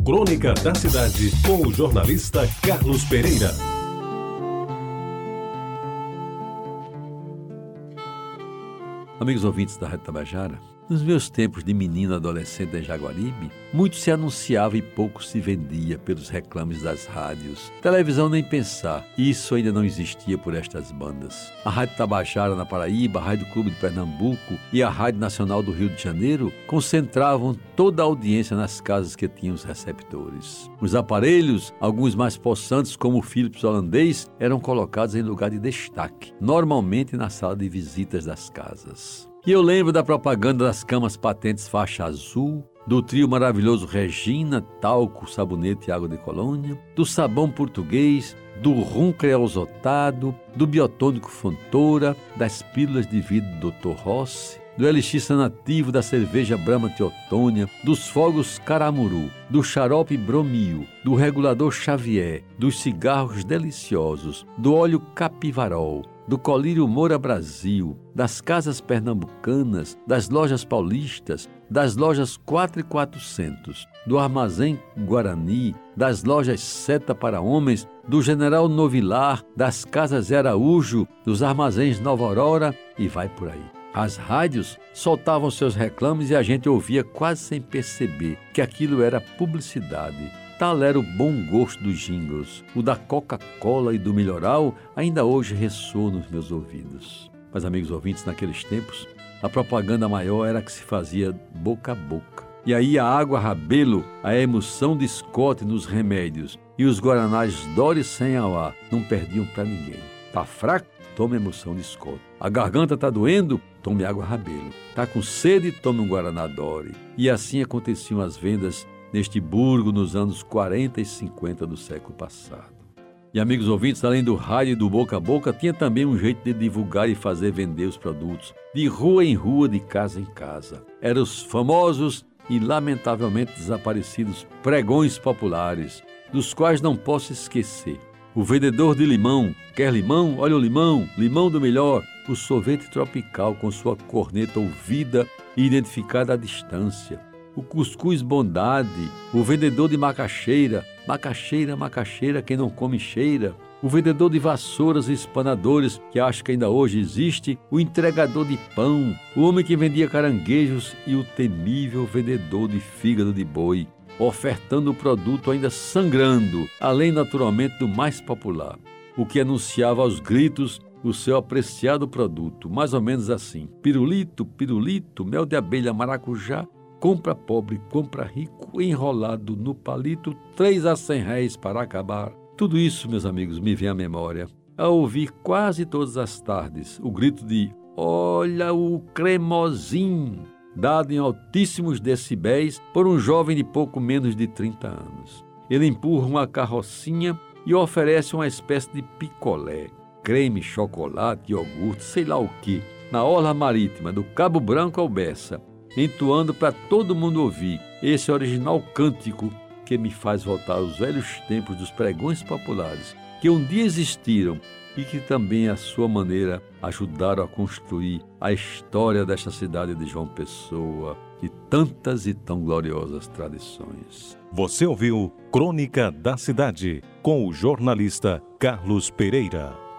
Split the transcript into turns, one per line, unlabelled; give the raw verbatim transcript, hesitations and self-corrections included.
Crônica da Cidade, com o jornalista Carlos Pereira.
Amigos ouvintes da Rádio Tabajara, nos meus tempos de menino adolescente em Jaguaribe, muito se anunciava e pouco se vendia pelos reclames das rádios. Televisão nem pensar, isso ainda não existia por estas bandas. A Rádio Tabajara na Paraíba, a Rádio Clube de Pernambuco e a Rádio Nacional do Rio de Janeiro concentravam toda a audiência nas casas que tinham os receptores. Os aparelhos, alguns mais possantes como o Philips holandês, eram colocados em lugar de destaque, normalmente na sala de visitas das casas. E eu lembro da propaganda das camas patentes faixa azul, do trio maravilhoso Regina, talco, sabonete e água de colônia, do sabão português, do rum creosotado, do biotônico Fontoura, das pílulas de vidro do doutor Rossi, do elixir sanativo da cerveja Brahma Teotônia, dos fogos Caramuru, do xarope Bromio, do regulador Xavier, dos cigarros deliciosos, do óleo Capivarol, do colírio Moura Brasil, das casas pernambucanas, das lojas paulistas, das lojas quatro e quatrocentos, do armazém Guarani, das lojas Seta para Homens, do General Novilar, das casas Araújo, dos armazéns Nova Aurora e vai por aí. As rádios soltavam seus reclames e a gente ouvia quase sem perceber que aquilo era publicidade. Tal era o bom gosto dos jingles. O da Coca-Cola e do Melhoral ainda hoje ressoa nos meus ouvidos. Mas, amigos ouvintes, naqueles tempos, a propaganda maior era a que se fazia boca a boca. E aí a água Rabelo, a emoção de Scott nos remédios e os guaranás Dore sem Auá não perdiam para ninguém. Tá fraco? Tome emoção de Scott. A garganta tá doendo? Tome água Rabelo. Tá com sede? Tome um guaraná Dore. E assim aconteciam as vendas neste burgo nos anos quarenta e cinquenta do século passado. E, amigos ouvintes, além do rádio e do boca a boca, tinha também um jeito de divulgar e fazer vender os produtos, de rua em rua, de casa em casa. Eram os famosos e lamentavelmente desaparecidos pregões populares, dos quais não posso esquecer. O vendedor de limão, quer limão? Olha o limão, limão do melhor. O sorvete tropical com sua corneta ouvida e identificada à distância. O cuscuz Bondade, o vendedor de macaxeira, macaxeira, macaxeira, quem não come cheira. O vendedor de vassouras e espanadores, que acho que ainda hoje existe, o entregador de pão, o homem que vendia caranguejos e o temível vendedor de fígado de boi, ofertando o produto ainda sangrando, além naturalmente do mais popular, o que anunciava aos gritos o seu apreciado produto, mais ou menos assim: pirulito, pirulito, mel de abelha, maracujá, compra pobre, compra rico, enrolado no palito, três a cem réis para acabar. Tudo isso, meus amigos, me vem à memória, a ouvir quase todas as tardes o grito de "Olha o cremosinho", dado em altíssimos decibéis por um jovem de pouco menos de trinta anos. Ele empurra uma carrocinha e oferece uma espécie de picolé, creme, chocolate, iogurte, sei lá o que, na orla marítima do Cabo Branco ao Bessa, entoando para todo mundo ouvir esse original cântico que me faz voltar aos velhos tempos dos pregões populares, que um dia existiram e que também, à sua maneira, ajudaram a construir a história desta cidade de João Pessoa e tantas e tão gloriosas tradições.
Você ouviu Crônica da Cidade, com o jornalista Carlos Pereira.